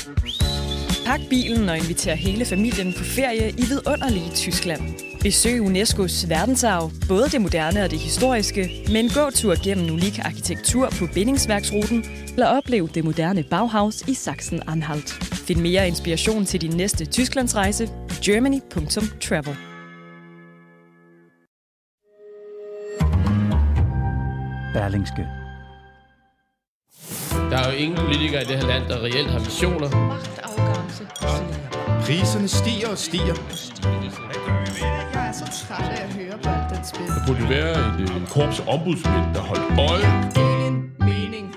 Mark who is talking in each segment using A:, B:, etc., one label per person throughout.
A: Pak bilen og inviter hele familien på ferie i vidunderlige Tyskland. Besøg UNESCO's verdensarv, både det moderne og det historiske, med en gåtur gennem unik arkitektur på bindingsværksruten, eller oplev det moderne Bauhaus i Sachsen-Anhalt. Find mere inspiration til din næste Tysklandsrejse på germany.travel.
B: Berlingske.
C: Der er jo ingen politikere i det her land, der reelt har visioner.
D: Magtafgangse.
E: Priserne stiger og stiger.
D: Jeg er så træt af at høre på alt den spil.
F: Der burde være et korps ombudsmænd, der holdt øje.
D: Ingen mening.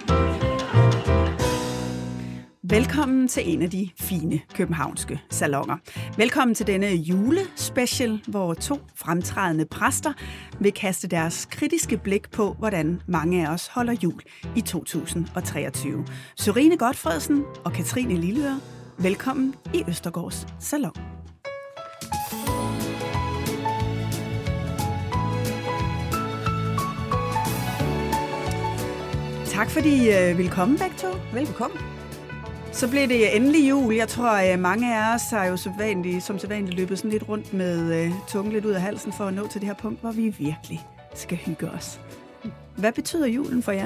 G: Velkommen til en af de fine københavnske salonger. Velkommen til denne julespecial, hvor to fremtrædende præster vil kaste deres kritiske blik på, hvordan mange af os holder jul i 2023. Sørine Gotfredsen og Katrine Lilleøre, velkommen i Østergaards Salon. Tak fordi I vil komme begge to.
D: Velbekomme.
G: Så blev det endelig jul. Jeg tror, mange af os har jo som sædvanligt løbet sådan lidt rundt med tungen lidt ud af halsen for at nå til det her punkt, hvor vi virkelig skal hygge os. Hvad betyder julen for jer?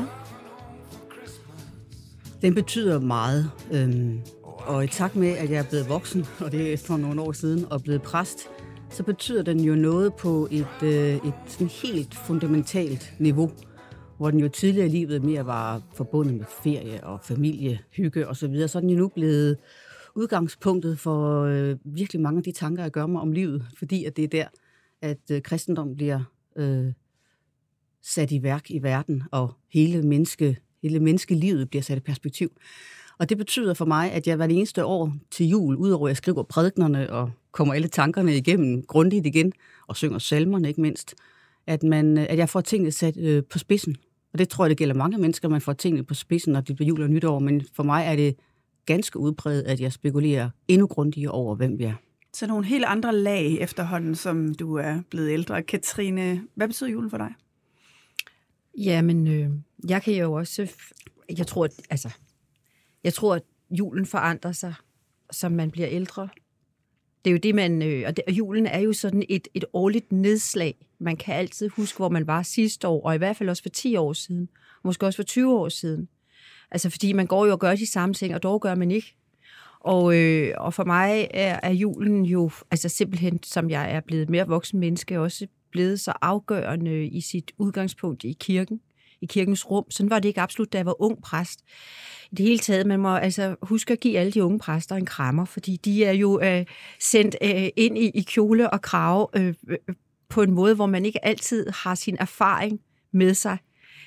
H: Den betyder meget. Og i takt med, at jeg er blevet voksen, og det er for nogle år siden, og blevet præst, så betyder den jo noget på et sådan helt fundamentalt niveau, hvor den jo tidligere i livet mere var forbundet med ferie og familie, hygge osv., så er den jo nu blevet udgangspunktet for virkelig mange af de tanker, jeg gør mig om livet, fordi at det er der, at kristendom bliver sat i værk i verden, og hele menneskelivet bliver sat i perspektiv. Og det betyder for mig, at jeg hver eneste år til jul, udover at jeg skriver prædiknerne og kommer alle tankerne igennem grundigt igen, og synger salmerne ikke mindst, at jeg får tingene sat på spidsen. Og det tror jeg, det gælder mange mennesker, man får tingene på spidsen, når det bliver jul og nytår. Men for mig er det ganske udpræget, at jeg spekulerer endnu grundigere over, hvem vi er.
G: Så nogle helt andre lag efterhånden, som du er blevet ældre. Katrine, hvad betyder julen for dig?
I: Jamen, jeg kan jo også... Jeg tror, at julen forandrer sig, som man bliver ældre. Det er jo det, og julen er jo sådan et årligt nedslag. Man kan altid huske, hvor man var sidste år, og i hvert fald også for 10 år siden, måske også for 20 år siden. Altså, fordi man går jo og gør de samme ting, og dog gør man ikke. Og for mig er julen jo, altså simpelthen, som jeg er blevet mere voksen menneske, også blevet så afgørende i sit udgangspunkt i kirken, i kirkens rum. Sådan var det ikke absolut, da jeg var ung præst. I det hele taget, man må altså huske at give alle de unge præster en krammer, fordi de er jo sendt ind i kjole og krave på en måde, hvor man ikke altid har sin erfaring med sig.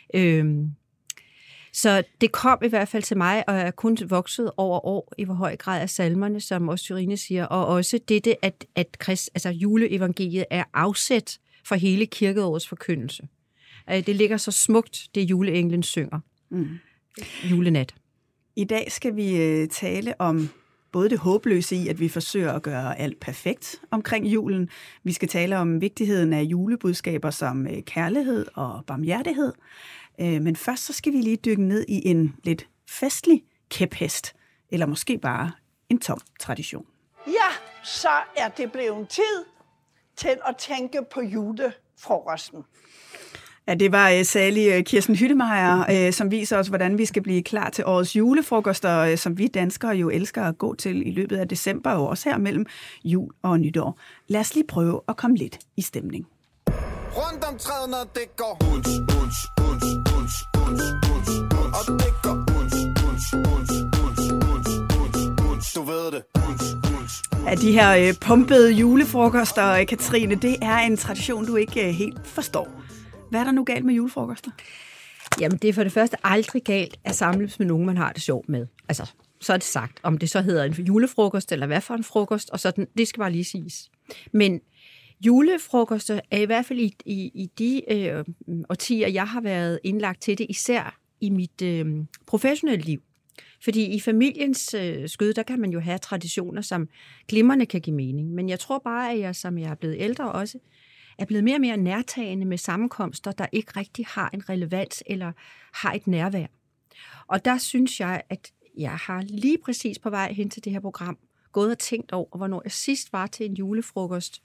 I: Så det kom i hvert fald til mig, og er kun vokset over år i hvor høj grad af salmerne, som også Sørine siger, og også dette, at juleevangeliet er afsæt for hele kirkeårets forkyndelse. Det ligger så smukt, det juleenglen synger. Julenat.
G: I dag skal vi tale om både det håbløse i, at vi forsøger at gøre alt perfekt omkring julen. Vi skal tale om vigtigheden af julebudskaber som kærlighed og barmhjertighed. Men først så skal vi lige dykke ned i en lidt festlig kæphest, eller måske bare en tom tradition.
J: Ja, så er det blevet tid til at tænke på julefrokosten.
G: Ja, det var særlig Kirsten Hyttemeier, som viser os, hvordan vi skal blive klar til årets julefrokoster, som vi danskere jo elsker at gå til i løbet af december, og også her mellem jul og nytår. Lad os lige prøve at komme lidt i stemning.
E: Rundt om træet, når det går uns, uns, uns, uns, uns, uns, uns. Og det går uns, uns, uns, uns, uns, uns, uns. Du ved det. Uns, uns.
G: Ja, de her pumpede julefrokoster, Katrine, det er en tradition, du ikke helt forstår. Hvad er der nu galt med julefrokoster?
I: Jamen, det er for det første aldrig galt at samles med nogen, man har det sjovt med. Altså, så er det sagt. Om det så hedder en julefrokost, eller hvad for en frokost, og sådan, det skal bare lige siges. Men julefrokoster er i hvert fald i de årtier, jeg har været indlagt til det, især i mit professionelle liv. Fordi i familiens skød, der kan man jo have traditioner, som glimrende kan give mening. Men jeg tror bare, at jeg, som jeg er blevet ældre også, er blevet mere og mere nærtagende med sammenkomster, der ikke rigtig har en relevans eller har et nærvær. Og der synes jeg, at Jeg har lige præcis på vej hen til det her program gået og tænkt over, hvornår jeg sidst var til en julefrokost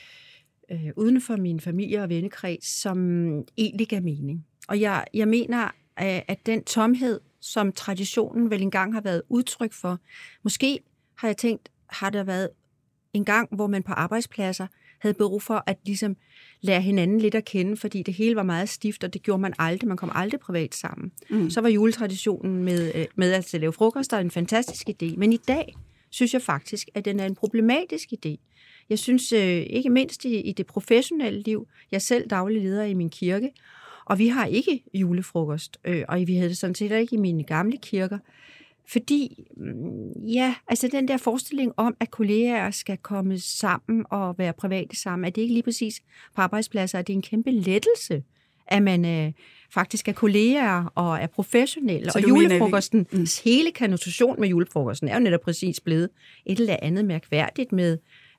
I: uden for min familie og vennekreds, som egentlig gav mening. Og jeg mener, at den tomhed, som traditionen vel engang har været udtryk for, måske har jeg tænkt, har der været en gang, hvor man på arbejdspladser havde brug for at ligesom lære hinanden lidt at kende, fordi det hele var meget stift, og det gjorde man aldrig. Man kom aldrig privat sammen. Så var juletraditionen med at lave frokoster en fantastisk idé. Men i dag synes jeg faktisk, at den er en problematisk idé. Jeg synes ikke mindst i det professionelle liv, jeg er selv daglig leder i min kirke, og vi har ikke julefrokost, og vi havde det sådan set ikke i mine gamle kirker. Fordi, ja, altså den der forestilling om, at kolleger skal komme sammen og være private sammen, er det ikke lige præcis på arbejdspladser, at det er en kæmpe lettelse, at man faktisk er kolleger og er professionelle. Og julefrokostens hele konnotation med julefrokosten er jo netop præcis blevet et eller andet mærkværdigt med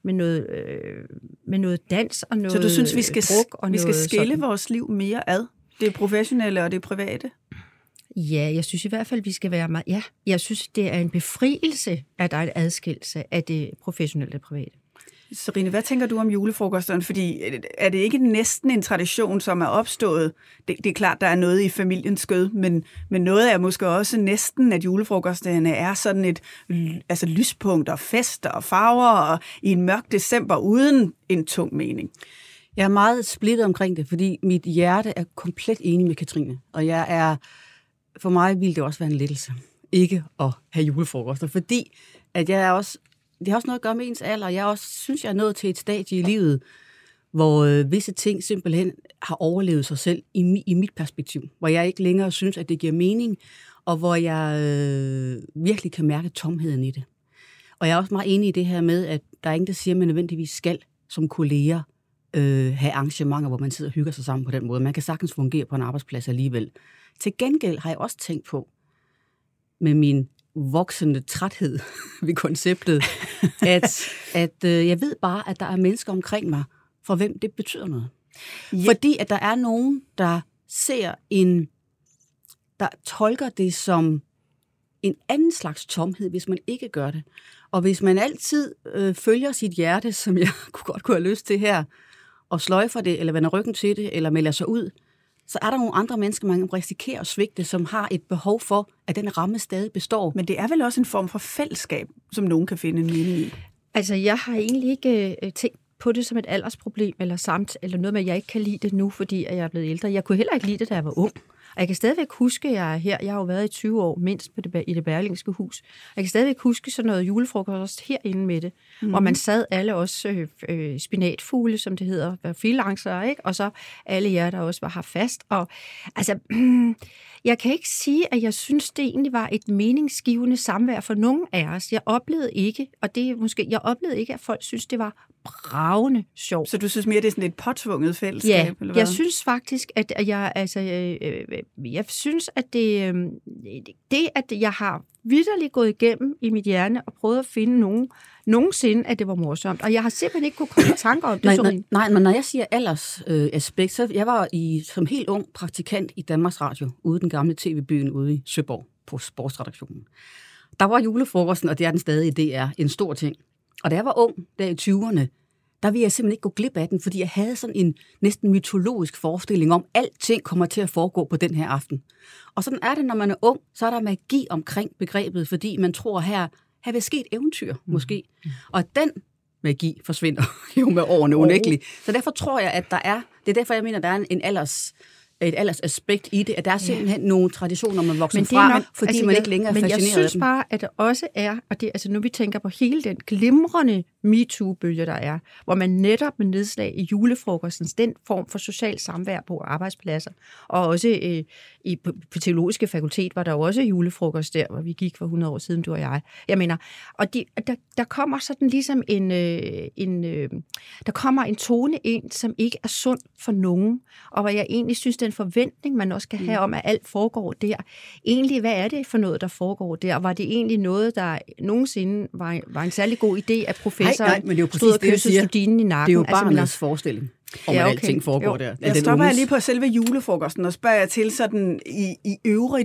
I: noget dans og noget.
G: Så du synes, vi skal skille
I: sådan
G: vores liv mere ad? Det professionelle og det private?
I: Ja, jeg synes i hvert fald, vi skal være meget... Ja, jeg synes, det er en befrielse, at der er en adskillelse af det professionelle og private.
G: Serine, hvad tænker du om julefrokosterne? Fordi er det ikke næsten en tradition, som er opstået? Det er klart, der er noget i familiens skød, men noget er måske også næsten, at julefrokosterne er sådan et lyspunkt og fester og farver og i en mørk december uden en tung mening.
H: Jeg er meget splittet omkring det, fordi mit hjerte er komplet enig med Katrine, og for mig ville det også være en lettelse ikke at have julefrokoster, fordi at det har også noget at gøre med ens alder. Jeg synes, jeg er nået til et stadie i livet, hvor visse ting simpelthen har overlevet sig selv i mit perspektiv, hvor jeg ikke længere synes, at det giver mening, og hvor jeg virkelig kan mærke tomheden i det. Og jeg er også meget enig i det her med, at der er ingen, der siger, at man nødvendigvis skal som kolleger have arrangementer, hvor man sidder og hygger sig sammen på den måde. Man kan sagtens fungere på en arbejdsplads alligevel. Til gengæld har jeg også tænkt på, med min voksende træthed ved konceptet, at jeg ved bare, at der er mennesker omkring mig, for hvem det betyder noget. Ja. Fordi at der er nogen, der der tolker det som en anden slags tomhed, hvis man ikke gør det. Og hvis man altid følger sit hjerte, som jeg godt kunne have lyst til her, og sløjfer det, eller vender ryggen til det, eller melder sig ud, så er der nogle andre mennesker, man risikerer at svigte, som har et behov for, at den ramme stadig består.
G: Men det er vel også en form for fællesskab, som nogen kan finde en mening i?
I: Altså, jeg har egentlig ikke tænkt på det som et aldersproblem, eller noget med, at jeg ikke kan lide det nu, fordi jeg er blevet ældre. Jeg kunne heller ikke lide det, da jeg var ung. Og jeg kan stadigvæk huske, at jeg er her. Jeg har jo været i 20 år mindst i det Berlingske Hus. Jeg kan stadigvæk huske sådan noget julefrokost herinde med det, hvor man sad alle også spinatfugle, som det hedder, freelancere, ikke? Og så alle jer, der også var her fast. Og altså, jeg kan ikke sige, at jeg synes, det egentlig var et meningsgivende samvær for nogen af os. Jeg oplevede ikke, at folk synes, det var bravende sjovt.
G: Så du synes mere, det er sådan et påtvunget fællesskab?
I: Ja,
G: eller hvad?
I: Jeg synes faktisk, at jeg synes, at det, at jeg har vitterligt gået igennem i mit hjerne og prøvet at finde nogensinde, at det var morsomt. Og jeg har simpelthen ikke kunne komme i tanker om det.
H: Nej, men når jeg siger aldersaspekt, så jeg var som helt ung praktikant i Danmarks Radio, ude i den gamle tv-byen ude i Søborg på sportsredaktionen. Der var julefrokosten, og det er den stadig i DR, en stor ting. Og da jeg var ung, der i 20'erne, der ville jeg simpelthen ikke gå glip af den, fordi jeg havde sådan en næsten mytologisk forestilling om, at alting kommer til at foregå på den her aften. Og sådan er det, når man er ung, så er der magi omkring begrebet, fordi man tror, her vil ske et eventyr, måske. Og den magi forsvinder jo med årene unægteligt. Så derfor tror jeg, at det er derfor, jeg mener, at der er et aldersaspekt i det, at der er simpelthen nogle traditioner, man vokser fra, fordi man ikke længere er fascineret af dem.
I: Men jeg synes bare, at det også er, og det, altså nu vi tænker på hele den glimrende MeToo-bølge, der er, hvor man netop med nedslag i julefrokostens, den form for social samvær på arbejdspladser, og også på teologiske fakultet var der jo også julefrokost der, hvor vi gik for 100 år siden, du og jeg. Jeg mener, og der kommer sådan ligesom der kommer en tone ind, som ikke er sund for nogen, og hvor jeg egentlig synes, den forventning, man også kan have om, at alt foregår der. Egentlig, hvad er det for noget, der foregår der? Var det egentlig noget, der nogensinde var en særlig god idé, at professoren stod og kyssede studinen i nakken?
H: Det er jo barnets forestilling om, at alting foregår der.
G: Jeg stopper lige på selve julefrokosten og spørger jer til sådan i øvrigt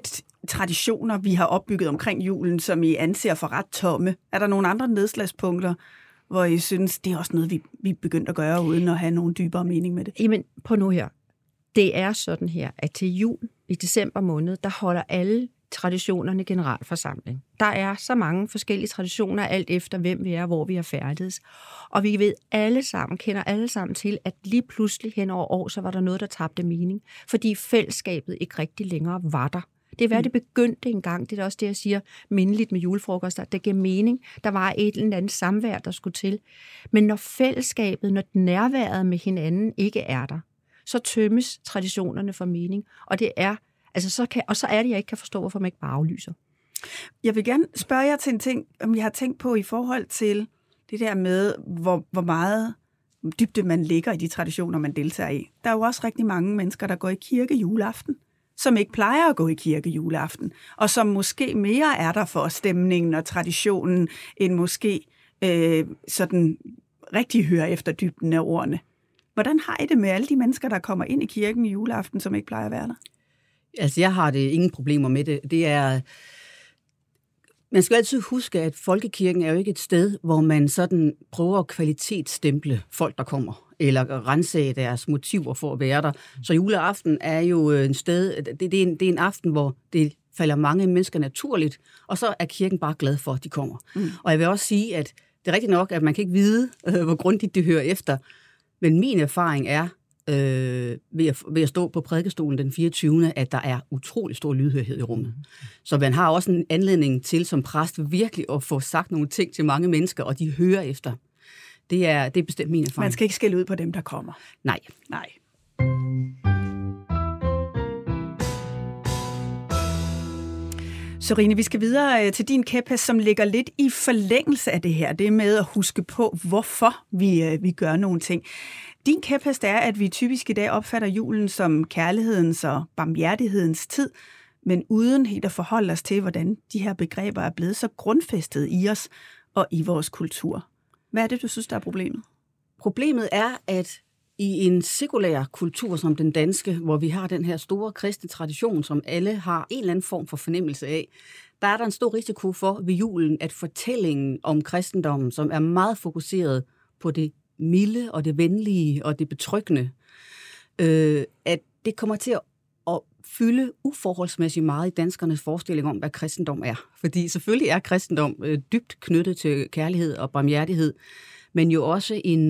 G: traditioner, vi har opbygget omkring julen, som I anser for ret tomme? Er der nogle andre nedslagspunkter, hvor I synes, det er også noget, vi er begyndt at gøre, uden at have nogen dybere mening med det?
I: Jamen, på nu her. Det er sådan her, at til jul i december måned, der holder alle traditionerne generalforsamling. Der er så mange forskellige traditioner, alt efter hvem vi er, hvor vi er færdiges. Og vi ved kender alle sammen til, at lige pludselig hen over år, så var der noget, der tabte mening, fordi fællesskabet ikke rigtig længere var der. Det er hvad det begyndte engang. Det er også det, jeg siger mindeligt med julefrokoster. Det giver mening. Der var et eller andet samvær, der skulle til. Men når fællesskabet, når nærværet med hinanden ikke er der, så tømmes traditionerne for mening. Og det er så er det, jeg ikke kan forstå, hvorfor man ikke bare aflyser.
G: Jeg vil gerne spørge jer til en ting, om I har tænkt på i forhold til det der med, hvor meget dybde man ligger i de traditioner, man deltager i. Der er jo også rigtig mange mennesker, der går i kirke juleaften, som ikke plejer at gå i kirke juleaften, og som måske mere er der for stemningen og traditionen, end måske sådan rigtig hører efter dybden af ordene. Hvordan har I det med alle de mennesker, der kommer ind i kirken i juleaften, som ikke plejer at være der?
H: Altså, jeg har det ingen problemer med det. Det er... Man skal altid huske, at folkekirken er jo ikke et sted, hvor man sådan prøver at kvalitetsstemple folk, der kommer, eller rensage deres motiver for at være der. Så juleaften er jo en sted, det er en aften, hvor det falder mange mennesker naturligt, og så er kirken bare glad for, at de kommer. Og jeg vil også sige, at det er rigtigt nok, at man kan ikke vide, hvor grundigt det hører efter, men min erfaring er, ved at stå på prædikestolen den 24., at der er utrolig stor lydhørhed i rummet. Så man har også en anledning til som præst virkelig at få sagt nogle ting til mange mennesker, og de hører efter. Det er bestemt min erfaring.
G: Man skal ikke skælde ud på dem, der kommer.
H: Nej.
G: Sørine, vi skal videre til din kæphest, som ligger lidt i forlængelse af det her. Det med at huske på, hvorfor vi gør nogle ting. Din kæphest er, at vi typisk i dag opfatter julen som kærlighedens og barmhjertighedens tid, men uden helt at forholde os til, hvordan de her begreber er blevet så grundfæstet i os og i vores kultur. Hvad er det, du synes, der er problemet?
H: Problemet er, at i en sekulær kultur som den danske, hvor vi har den her store kristne tradition, som alle har en eller anden form for fornemmelse af, der er der en stor risiko for ved julen, at fortællingen om kristendommen, som er meget fokuseret på det milde og det venlige og det betryggende, at det kommer til at fylde uforholdsmæssigt meget i danskernes forestilling om, hvad kristendom er. Fordi selvfølgelig er kristendom dybt knyttet til kærlighed og barmhjertighed, men jo også en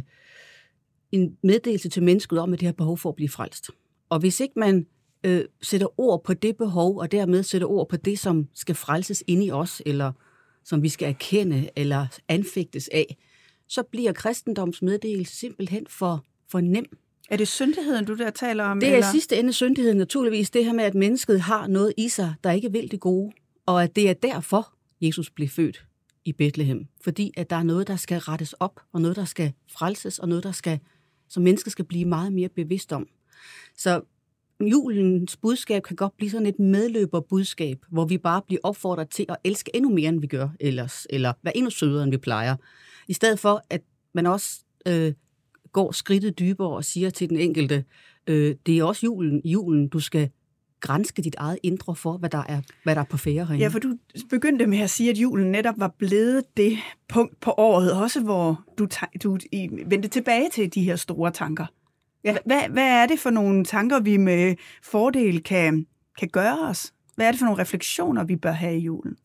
H: meddelelse til mennesket om, at det har behov for at blive frelst. Og hvis ikke man sætter ord på det behov, og dermed sætter ord på det, som skal frelses inde i os, eller som vi skal erkende eller anfægtes af, så bliver kristendoms meddelelse simpelthen for nem.
G: Er det syndigheden, du der taler om?
H: Det er i sidste ende syndigheden naturligvis, det her med, at mennesket har noget i sig, der ikke vil det gode, og at det er derfor, Jesus blev født i Bethlehem. Fordi at der er noget, der skal rettes op, og noget, der skal frelses, og noget, som mennesket skal blive meget mere bevidst om. Så julens budskab kan godt blive sådan et medløberbudskab, hvor vi bare bliver opfordret til at elske endnu mere, end vi gør ellers, eller være endnu sødere, end vi plejer. I stedet for, at man også går skridtet dybere og siger til den enkelte, det er også julen, du skal granske dit eget indre for, hvad der er på færde herinde.
G: Ja, for du begyndte med at sige, at julen netop var blevet det punkt på året, også hvor du vendte tilbage til de her store tanker. Ja. Hvad er det for nogle tanker, vi med fordel kan gøre os? Hvad er det for nogle refleksioner, vi bør have i julen?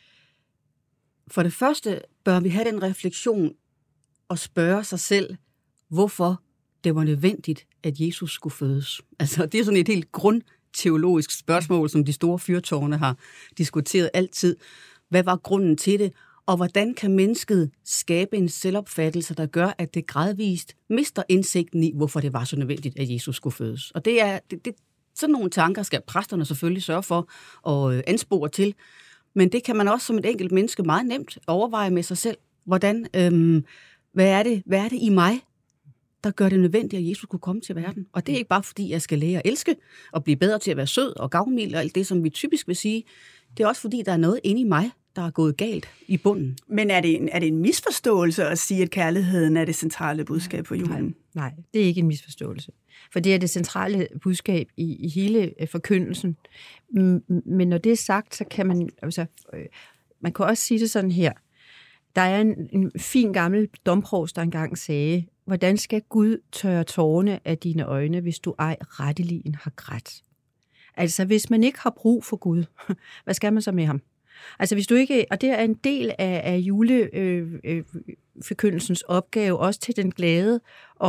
H: For det første bør vi have den refleksion og spørge sig selv, hvorfor det var nødvendigt, at Jesus skulle fødes. Altså, det er sådan et helt grundteologisk spørgsmål, som de store fyrtårne har diskuteret altid. Hvad var grunden til det? Og hvordan kan mennesket skabe en selvopfattelse, der gør, at det gradvist mister indsigten i, hvorfor det var så nødvendigt, at Jesus skulle fødes? Og sådan nogle tanker skal præsterne selvfølgelig sørge for at anspore til. Men det kan man også som et enkelt menneske meget nemt overveje med sig selv. Hvordan, hvad er det i mig, der gør det nødvendigt, at Jesus kunne komme til verden? Og det er ikke bare fordi, jeg skal lære at elske og blive bedre til at være sød og gavmild og alt det, som vi typisk vil sige. Det er også fordi, der er noget inde i mig, der er gået galt i bunden.
G: Men er det en misforståelse at sige, at kærligheden er det centrale budskab for julen?
I: Nej, det er ikke en misforståelse. For det er det centrale budskab i hele forkyndelsen. Men når det er sagt, så kan man... Altså, man kan også sige det sådan her. Der er en fin gammel domprovst, der engang sagde, hvordan skal Gud tørre tårerne af dine øjne, hvis du ej retteligen har grædt? Altså, hvis man ikke har brug for Gud, hvad skal man så med ham? Altså, hvis du ikke... Og det er en del af juleforkyndelsens opgave, også til den glade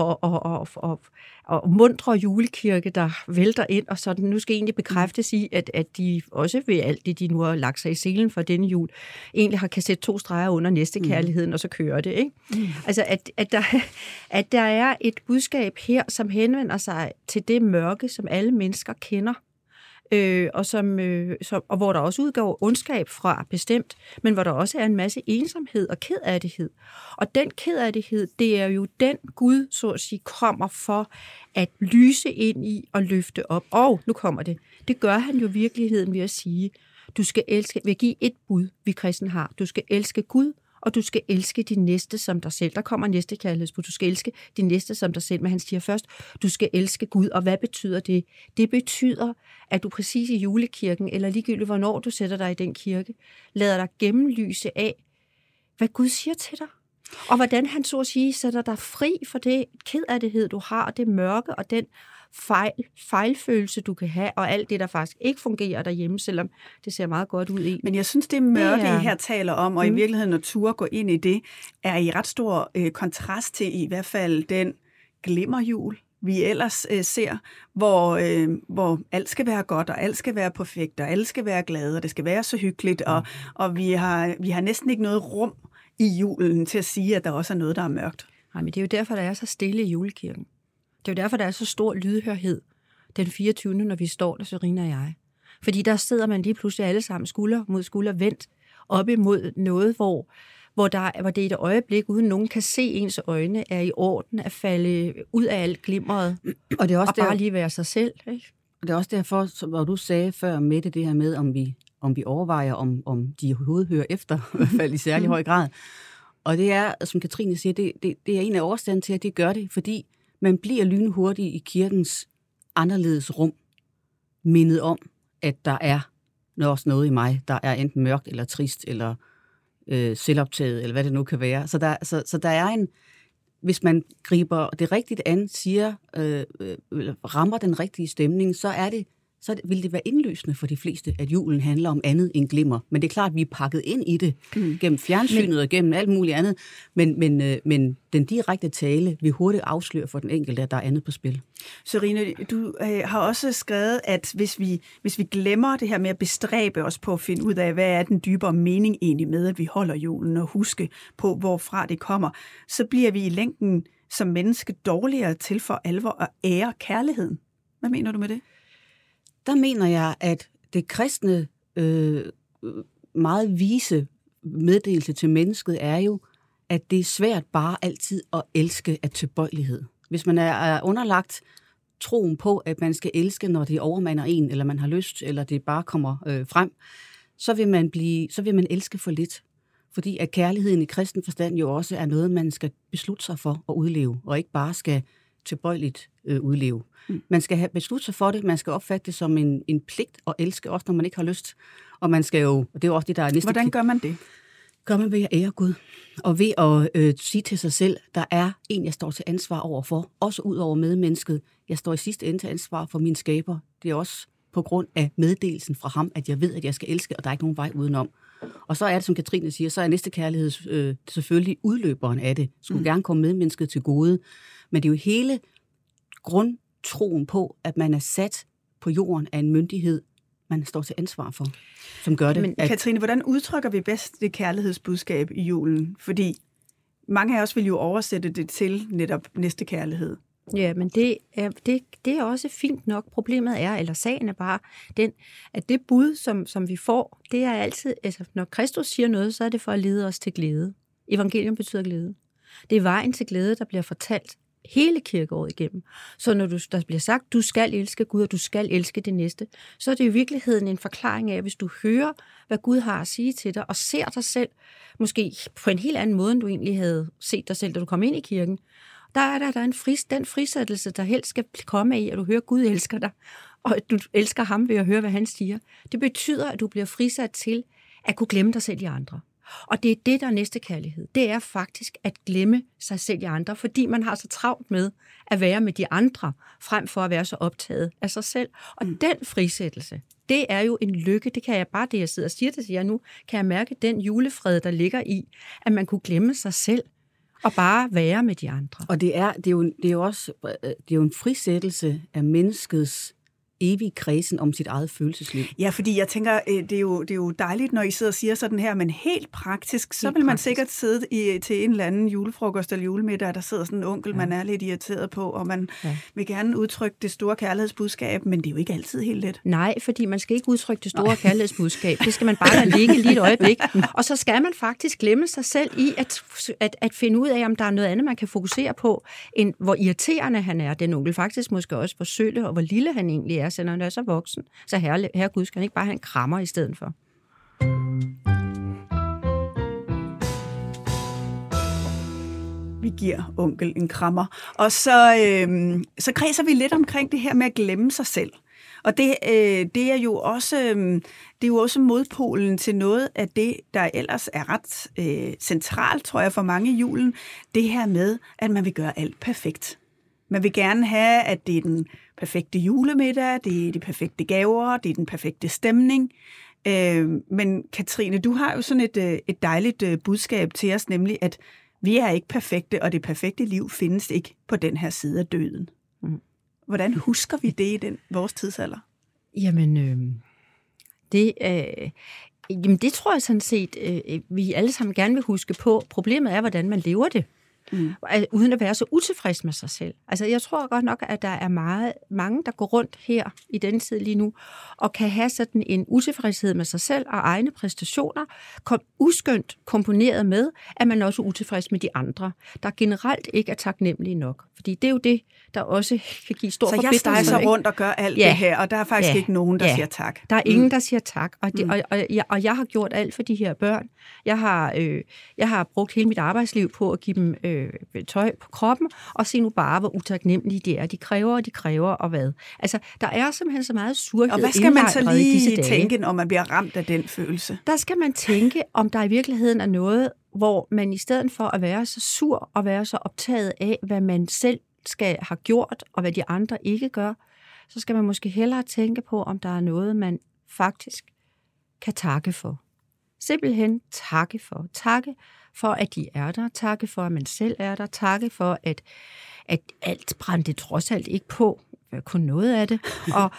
I: og mundre julekirke, der vælter ind, og så nu skal egentlig bekræftes i, at de også ved alt det, de nu har lagt sig i selen for denne jul, egentlig har kan sætte 2 streger under næstekærligheden, og så kører det, ikke? Altså, at der er et budskab her, som henvender sig til det mørke, som alle mennesker kender, og hvor der også udgår ondskab fra bestemt, men hvor der også er en masse ensomhed og kedelighed. Og den kedelighed, det er jo den Gud, så at sige, kommer for at lyse ind i og løfte op. Og nu kommer det. Det gør han jo i virkeligheden ved at sige, du skal elske, vil give et bud, vi kristne har. Du skal elske Gud, og du skal elske din næste som dig selv. Der kommer næste kærlighedsbud. Du skal elske din næste som dig selv, men han siger først, du skal elske Gud. Og hvad betyder det? Det betyder, at du præcis i julekirken, eller ligegyldigt hvornår du sætter dig i den kirke, lader dig gennemlyse af, hvad Gud siger til dig. Og hvordan han så at sige sætter dig fri for det kedelighed, du har, og det mørke, og den fejlfølelse, du kan have, og alt det, der faktisk ikke fungerer derhjemme, selvom det ser meget godt ud i.
G: Men jeg synes, det mørke, I her taler om, og i virkeligheden, når turde gå ind i det, er i ret stor kontrast til i hvert fald den glimmerjul, vi ellers ser, hvor alt skal være godt, og alt skal være perfekt, og alle skal være glade, og det skal være så hyggeligt, og vi har næsten ikke noget rum i julen til at sige, at der også er noget, der er mørkt.
I: Nej, men det er jo derfor, der er så stille i julekirken. Det er jo derfor, der er så stor lydhørhed den 24. når vi står der, Serena og jeg. Fordi der sidder man lige pludselig alle sammen skulder mod skulder vendt op imod noget, hvor det er et øjeblik, uden nogen kan se ens øjne, er i orden at falde ud af alt glimmeret, og det er også bare lige være sig selv. Ikke?
H: Og det er også derfor, hvor du sagde før, Mette, det her med, om vi overvejer, om de overhovedet hører efter, i hvert fald i særlig høj grad. Og det er, som Katrine siger, det er en af årsagen til, at det gør det, fordi man bliver lynhurtigt i kirkens anderledes rum, mindet om, at der er også noget i mig, der er enten mørkt eller trist, eller selvoptaget, eller hvad det nu kan være. Så der er en, hvis man griber det rigtigt an, siger, rammer den rigtige stemning, så vil det være indlysende for de fleste, at julen handler om andet end glimmer. Men det er klart, at vi er pakket ind i det gennem fjernsynet og gennem alt muligt andet. Men den direkte tale vil hurtigt afsløre for den enkelte, at der er andet på spil.
G: Serena, du har også skrevet, at hvis vi glemmer det her med at bestræbe os på at finde ud af, hvad er den dybere mening egentlig med, at vi holder julen og huske på, hvorfra det kommer, så bliver vi i længden som menneske dårligere til for alvor at ære kærligheden. Hvad mener du med det?
H: Der mener jeg, at det kristne meget vise meddelelse til mennesket er jo, at det er svært bare altid at elske af tilbøjelighed. Hvis man er underlagt troen på, at man skal elske, når det overmander en, eller man har lyst, eller det bare kommer frem, så vil man elske for lidt. Fordi at kærligheden i kristen forstand jo også er noget, man skal beslutte sig for at udleve, og ikke bare skal tilbøjeligt udleve. Man skal have besluttet sig for det, man skal opfatte det som en pligt at elske, også når man ikke har lyst. Og man skal jo, og det er jo også det, der er næste...
G: Hvordan gør man det?
H: Gør man ved at ære Gud, og ved at sige til sig selv, der er en, jeg står til ansvar overfor, også ud over medmennesket. Jeg står i sidste ende til ansvar for min skaber. Det er også på grund af meddelelsen fra ham, at jeg ved, at jeg skal elske, og der er ikke nogen vej udenom. Og så er det, som Katrine siger, så er næstekærlighed selvfølgelig udløberen af det. Skulle gerne komme medmennesket til gode. Men det er jo hele grundtroen på, at man er sat på jorden af en myndighed, man står til ansvar for, som gør det.
G: Men Katrine, hvordan udtrykker vi bedst det kærlighedsbudskab i julen? Fordi mange af os vil jo oversætte det til netop næstekærlighed.
I: Ja, men det er også fint nok. Problemet er, eller sagen er bare den, at det bud, som vi får, det er altid, altså når Kristus siger noget, så er det for at lede os til glæde. Evangelium betyder glæde. Det er vejen til glæde, der bliver fortalt hele kirkeåret igennem. Så når der bliver sagt, du skal elske Gud, og du skal elske det næste, så er det i virkeligheden en forklaring af, hvis du hører, hvad Gud har at sige til dig, og ser dig selv, måske på en helt anden måde, end du egentlig havde set dig selv, da du kom ind i kirken. der er der den frisættelse, der helst skal komme af, at du hører, Gud elsker dig, og at du elsker ham ved at høre, hvad han siger. Det betyder, at du bliver frisat til at kunne glemme dig selv i andre. Og det er det, der er næste kærlighed. Det er faktisk at glemme sig selv i andre, fordi man har så travlt med at være med de andre, frem for at være så optaget af sig selv. Og den frisættelse, det er jo en lykke. Det kan jeg bare, det jeg sidder og siger det til jer nu, kan jeg mærke den julefred, der ligger i, at man kunne glemme sig selv og bare være med de andre.
H: Og det er jo en frisættelse af menneskets evig kredsen om sit eget følelsesliv.
G: Ja, fordi jeg tænker, det er jo dejligt, når I sidder og siger sådan her, men helt praktisk, så vil man sikkert sidde til en eller anden julefrokost eller julemiddag, der sidder sådan en onkel, man er lidt irriteret på, og man vil gerne udtrykke det store kærlighedsbudskab, men det er jo ikke altid helt let.
I: Nej, fordi man skal ikke udtrykke det store kærlighedsbudskab. Det skal man bare lade ligge lige et øjeblik. Og så skal man faktisk glemme sig selv i at finde ud af, om der er noget andet, man kan fokusere på, end hvor irriterende han er, den onkel. Faktisk måske også, hvor sølle og hvor lille han egentlig er, selvom han er så voksen. Så herre Gud, skal han ikke bare have en krammer i stedet for?
G: Vi giver onkel en krammer. Og så kredser vi lidt omkring det her med at glemme sig selv. Og det er jo også modpolen til noget af det, der ellers er ret centralt, tror jeg, for mange i julen. Det her med, at man vil gøre alt perfekt. Man vil gerne have, at det er den perfekte julemiddag, det er de perfekte gaver, det er den perfekte stemning. Men Katrine, du har jo sådan et dejligt budskab til os, nemlig at vi er ikke perfekte, og det perfekte liv findes ikke på den her side af døden. Hvordan husker vi det i vores tidsalder?
I: Jamen, det tror jeg sådan set, vi alle sammen gerne vil huske på. Problemet er, hvordan man lever det. Uden at være så utilfreds med sig selv. Altså, jeg tror godt nok, at der er mange, der går rundt her i denne tid lige nu, og kan have sådan en utilfredshed med sig selv og egne præstationer, uskønt komponeret med, at man også er utilfreds med de andre, der generelt ikke er taknemmelige nok. Fordi det er jo det, der også kan give stor forbitrelse.
G: Så jeg stejser rundt og gør alt det her, og der er faktisk ikke nogen, der siger tak.
I: Der er ingen, der siger tak, og jeg har gjort alt for de her børn. Jeg har brugt hele mit arbejdsliv på at give dem tøj på kroppen, og se nu bare, hvor utaknemmelige de er. De kræver, og hvad. Altså, der er simpelthen så meget surhed.
G: Og hvad skal man så lige tænke, når man bliver ramt af den følelse?
I: Der skal man tænke, om der i virkeligheden er noget, hvor man i stedet for at være så sur og være så optaget af, hvad man selv skal have gjort, og hvad de andre ikke gør, så skal man måske hellere tænke på, om der er noget, man faktisk kan takke for. Simpelthen takke for. Takke for, at de er der. Takke for, at man selv er der. Takke for, at alt brændte trods alt ikke på. Kun noget af det.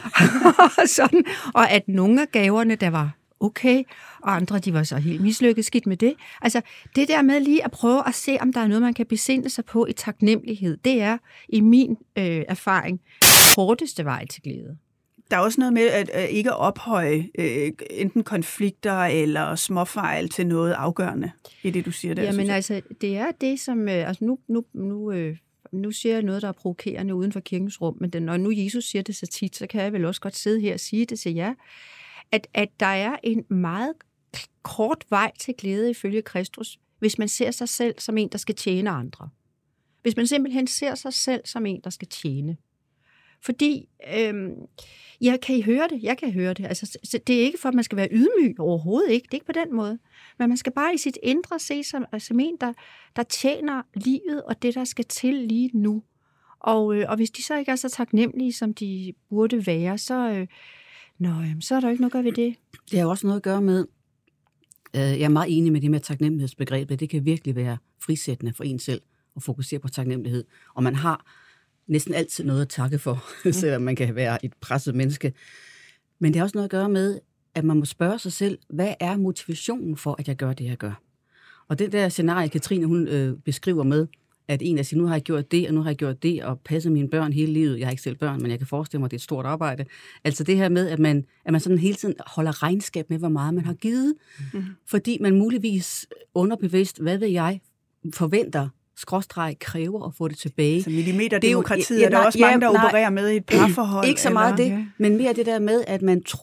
I: Og at nogle af gaverne, der var okay, og andre, de var så helt mislykket skidt med det. Altså, det der med lige at prøve at se, om der er noget, man kan besinde sig på i taknemmelighed, det er i min erfaring korteste vej til glæde.
G: Der er også noget med at ikke ophøje enten konflikter eller småfejl til noget afgørende i det, du siger der.
I: Jamen altså, det er det, som... altså nu siger jeg noget, der er provokerende uden for kirkens rum, men når nu Jesus siger det så tit, så kan jeg vel også godt sidde her og sige det til jer, at der er en meget kort vej til glæde ifølge Kristus, hvis man ser sig selv som en, der skal tjene andre. Hvis man simpelthen ser sig selv som en, der skal tjene. Fordi, kan I høre det? Jeg kan høre det. Altså, det er ikke for, at man skal være ydmyg overhovedet ikke. Det er ikke på den måde. Men man skal bare i sit indre se som en, der tjener livet og det, der skal til lige nu. Og hvis de så ikke er så taknemmelige, som de burde være, så er der jo ikke noget at gøre ved det.
H: Det har også noget at gøre med, jeg er meget enig med det med taknemmelighedsbegrebet. Det kan virkelig være frisættende for en selv at fokusere på taknemmelighed. Og man har næsten altid noget at takke for, selvom man kan være et presset menneske. Men det har også noget at gøre med, at man må spørge sig selv, hvad er motivationen for, at jeg gør det, jeg gør? Og det der scenarie, Katrine, hun beskriver med, at en af siger, nu har jeg gjort det, og nu har jeg gjort det, og passet mine børn hele livet. Jeg har ikke selv børn, men jeg kan forestille mig, at det er et stort arbejde. Altså det her med, at man sådan hele tiden holder regnskab med, hvor meget man har givet. Fordi man muligvis underbevidst, hvad ved jeg, forventer, kræver at få det tilbage.
G: Så millimeterdemokratiet er der også mange, der opererer med i et parforhold.
H: Ikke så meget det, men mere det der med, at man tror,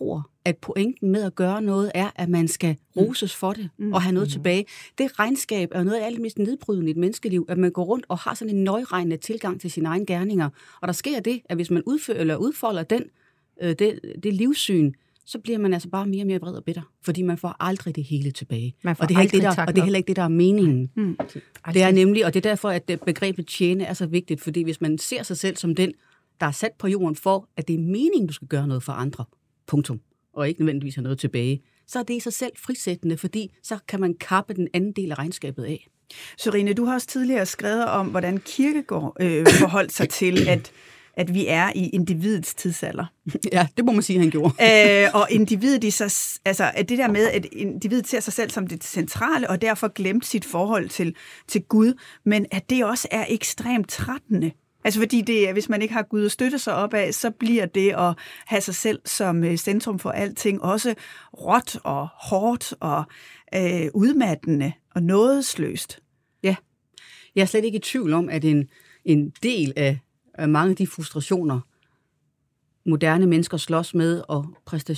H: at pointen med at gøre noget er, at man skal roses for det og have noget tilbage. Det regnskab er noget af det mest nedbrydende i et menneskeliv, at man går rundt og har sådan en nøjeregnende tilgang til sine egne gerninger. Og der sker det, at hvis man udfører eller udfolder det livssyn, så bliver man altså bare mere og mere vred og bitter, fordi man får aldrig det hele tilbage. Og det er heller ikke det, der er meningen. Det er nemlig, og det er derfor, at begrebet tjene er så vigtigt, fordi hvis man ser sig selv som den, der er sat på jorden for, at det er meningen, du skal gøre noget for andre, punktum, og ikke nødvendigvis have noget tilbage, så er det i sig selv frisættende, fordi så kan man kappe den anden del af regnskabet af.
G: Sørine, du har også tidligere skrevet om, hvordan Kierkegaard forholdt sig til, at vi er i individets tidsalder.
H: Ja, det må man sige, han gjorde.
G: Og individet i sig, altså det der med, at individet ser sig selv som det centrale, og derfor glemte sit forhold til Gud, men at det også er ekstremt trættende. Altså fordi det, hvis man ikke har Gud at støtte sig op af, så bliver det at have sig selv som centrum for alting også råt og hårdt og udmattende og nådesløst.
H: Ja, jeg er slet ikke i tvivl om, at en del af mange af de frustrationer, moderne mennesker slås med, og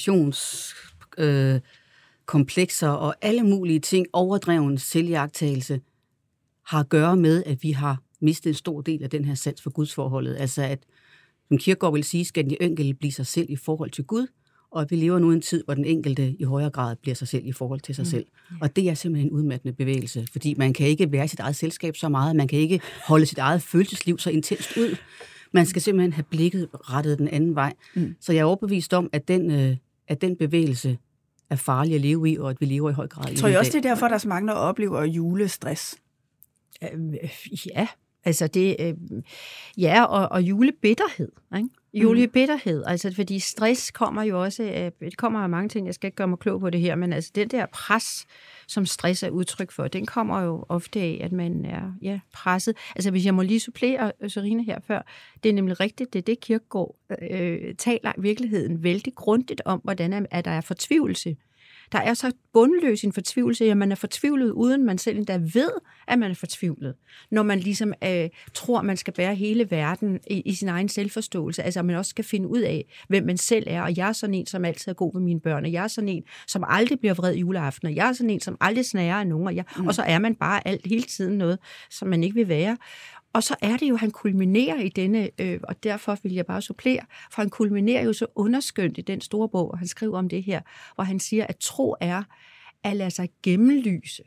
H: præstationskomplekser og alle mulige ting, overdreven selvjagttagelse, har at gøre med, at vi har mistet en stor del af den her sans for gudsforholdet. Altså at, som Kierkegaard vil sige, skal den enkelte blive sig selv i forhold til Gud, og at vi lever nu en tid, hvor den enkelte i højere grad bliver sig selv i forhold til sig selv. Og det er simpelthen en udmattende bevægelse, fordi man kan ikke være i sit eget selskab så meget, man kan ikke holde sit eget følelsesliv så intenst ud. Man skal simpelthen have blikket rettet den anden vej. Så jeg er overbevist om, at den bevægelse er farlig at leve i, og at vi lever i høj grad i det.
G: Tror jeg også, det er derfor, der er så mange, der oplever julestress?
I: Ja, altså det, og julebitterhed, ikke? Julebitterhed, altså fordi stress kommer jo også, det kommer af mange ting, jeg skal ikke gøre mig klog på det her, men altså den der pres, som stress er udtryk for, den kommer jo ofte af, at man er presset. Altså hvis jeg må lige supplere Sørine her før, det er nemlig rigtigt, det er det Kierkegaard taler i virkeligheden vældig grundigt om, hvordan at der er fortvivlelse. Der er så bundløs en fortvivlelse, at man er fortvivlet, uden man selv endda ved, at man er fortvivlet. Når man ligesom tror, man skal bære hele verden i sin egen selvforståelse. Altså, at man også skal finde ud af, hvem man selv er. Og jeg er sådan en, som altid er god ved mine børn. Og jeg er sådan en, som aldrig bliver vred juleaften. Og jeg er sådan en, som aldrig snager af nogen. Og så er man bare hele tiden noget, som man ikke vil være. Og så er det jo, han kulminerer i denne, og derfor vil jeg bare supplere, for han kulminerer jo så underskønt i den store bog, og han skriver om det her, hvor han siger, at tro er at lade sig gennemlyse,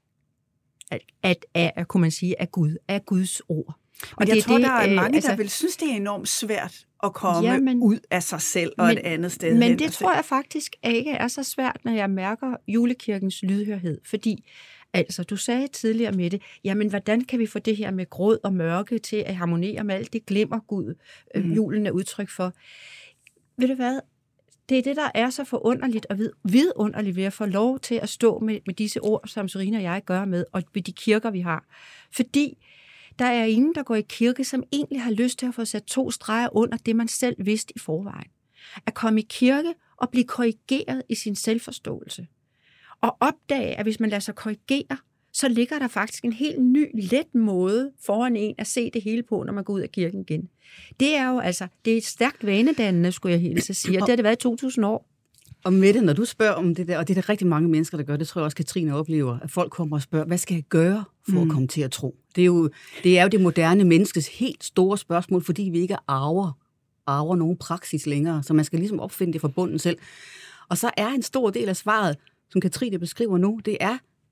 I: kunne man sige, af Guds ord.
G: Og jeg tror, der er mange, der vil synes, det er enormt svært at komme ud af sig selv og et andet sted hen.
I: Men det tror jeg faktisk ikke er så svært, når jeg mærker julekirkens lydhørhed, fordi altså, du sagde tidligere med det, jamen, hvordan kan vi få det her med gråd og mørke til at harmonere med alt det glimmer Gud, julen er udtryk for? Ved du hvad? Det er det, der er så forunderligt og vidunderligt ved at få lov til at stå med disse ord, som Sørine og jeg gør med, og ved de kirker, vi har. Fordi der er ingen, der går i kirke, som egentlig har lyst til at få sat 2 streger under det, man selv vidste i forvejen. At komme i kirke og blive korrigeret i sin selvforståelse. Og opdage, at hvis man lader sig korrigere, så ligger der faktisk en helt ny, let måde foran en at se det hele på, når man går ud af kirken igen. Det er jo altså, det er et stærkt vanedannende, skulle jeg helt sige, og det har det været i 2000 år.
H: Og Mette, når du spørger om det der, og det er der rigtig mange mennesker, der gør, det tror jeg også, Katrine oplever, at folk kommer og spørger, hvad skal jeg gøre for at komme til at tro? Det er jo det moderne menneskes helt store spørgsmål, fordi vi ikke arver nogen praksis længere, så man skal ligesom opfinde det fra bunden selv. Og så er en stor del af svaret, som Katrine beskriver nu, det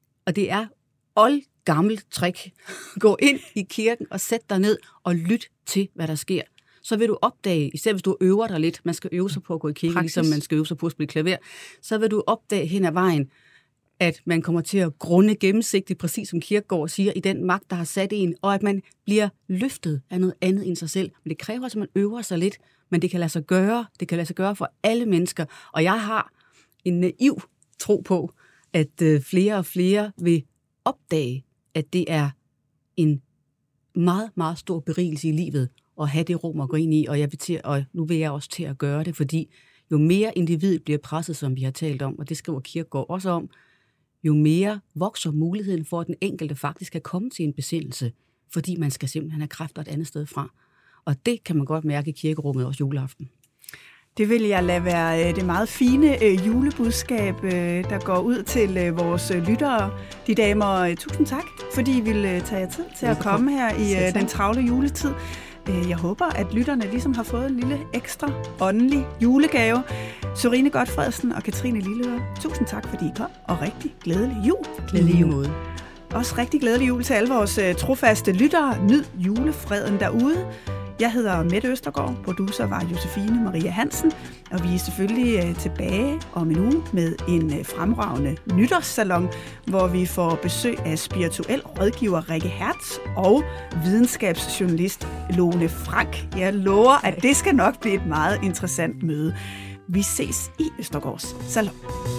H: er oldgammelt trick. Gå ind i kirken og sæt dig ned og lyt til, hvad der sker. Så vil du opdage, især hvis du øver dig lidt, man skal øve sig på at gå i kirke, ligesom man skal øve sig på at spille klaver, så vil du opdage hen ad vejen, at man kommer til at grunde gennemsigtigt, præcis som Kierkegaard siger, i den magt, der har sat en, og at man bliver løftet af noget andet end sig selv. Men det kræver, at man øver sig lidt, men det kan lade sig gøre. Det kan lade sig gøre for alle mennesker. Og jeg har en naiv tro på, at flere og flere vil opdage, at det er en meget, meget stor berigelse i livet at have det rum at gå ind i, og nu vil jeg også til at gøre det, fordi jo mere individet bliver presset, som vi har talt om, og det skriver Kierkegaard også om, jo mere vokser muligheden for, at den enkelte faktisk kan komme til en besindelse, fordi man skal simpelthen have kræfter et andet sted fra. Og det kan man godt mærke i kirkerummet også juleaften.
G: Det vil jeg lade være det meget fine julebudskab, der går ud til vores lyttere. De damer, tusind tak, fordi I ville tage jer tid til at komme her i den travle juletid. Jeg håber, at lytterne ligesom har fået en lille ekstra åndelig julegave. Sørine Gotfredsen og Katrine Lilleøre, tusind tak, fordi I kom, og rigtig glædelig jul.
H: Glædelig jul.
G: Også rigtig glædelig jul til alle vores trofaste lyttere. Nyd julefreden derude. Jeg hedder Mette Østergaard, producer var Josefine Maria Hansen, og vi er selvfølgelig tilbage om en uge med en fremragende nytårssalon, hvor vi får besøg af spirituel rådgiver Rikke Hertz og videnskabsjournalist Lone Frank. Jeg lover, at det skal nok blive et meget interessant møde. Vi ses i Østergaards Salon.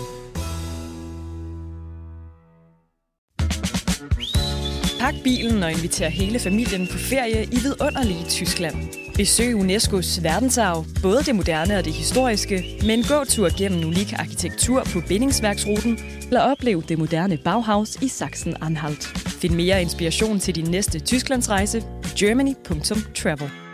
A: Pak bilen og inviter hele familien på ferie i vidunderlige Tyskland. Besøg UNESCO's verdensarv, både det moderne og det historiske, med en gåtur gennem unik arkitektur på bindingsværksruten, eller oplev det moderne Bauhaus i Sachsen-Anhalt. Find mere inspiration til din næste Tysklandsrejse på germany.travel.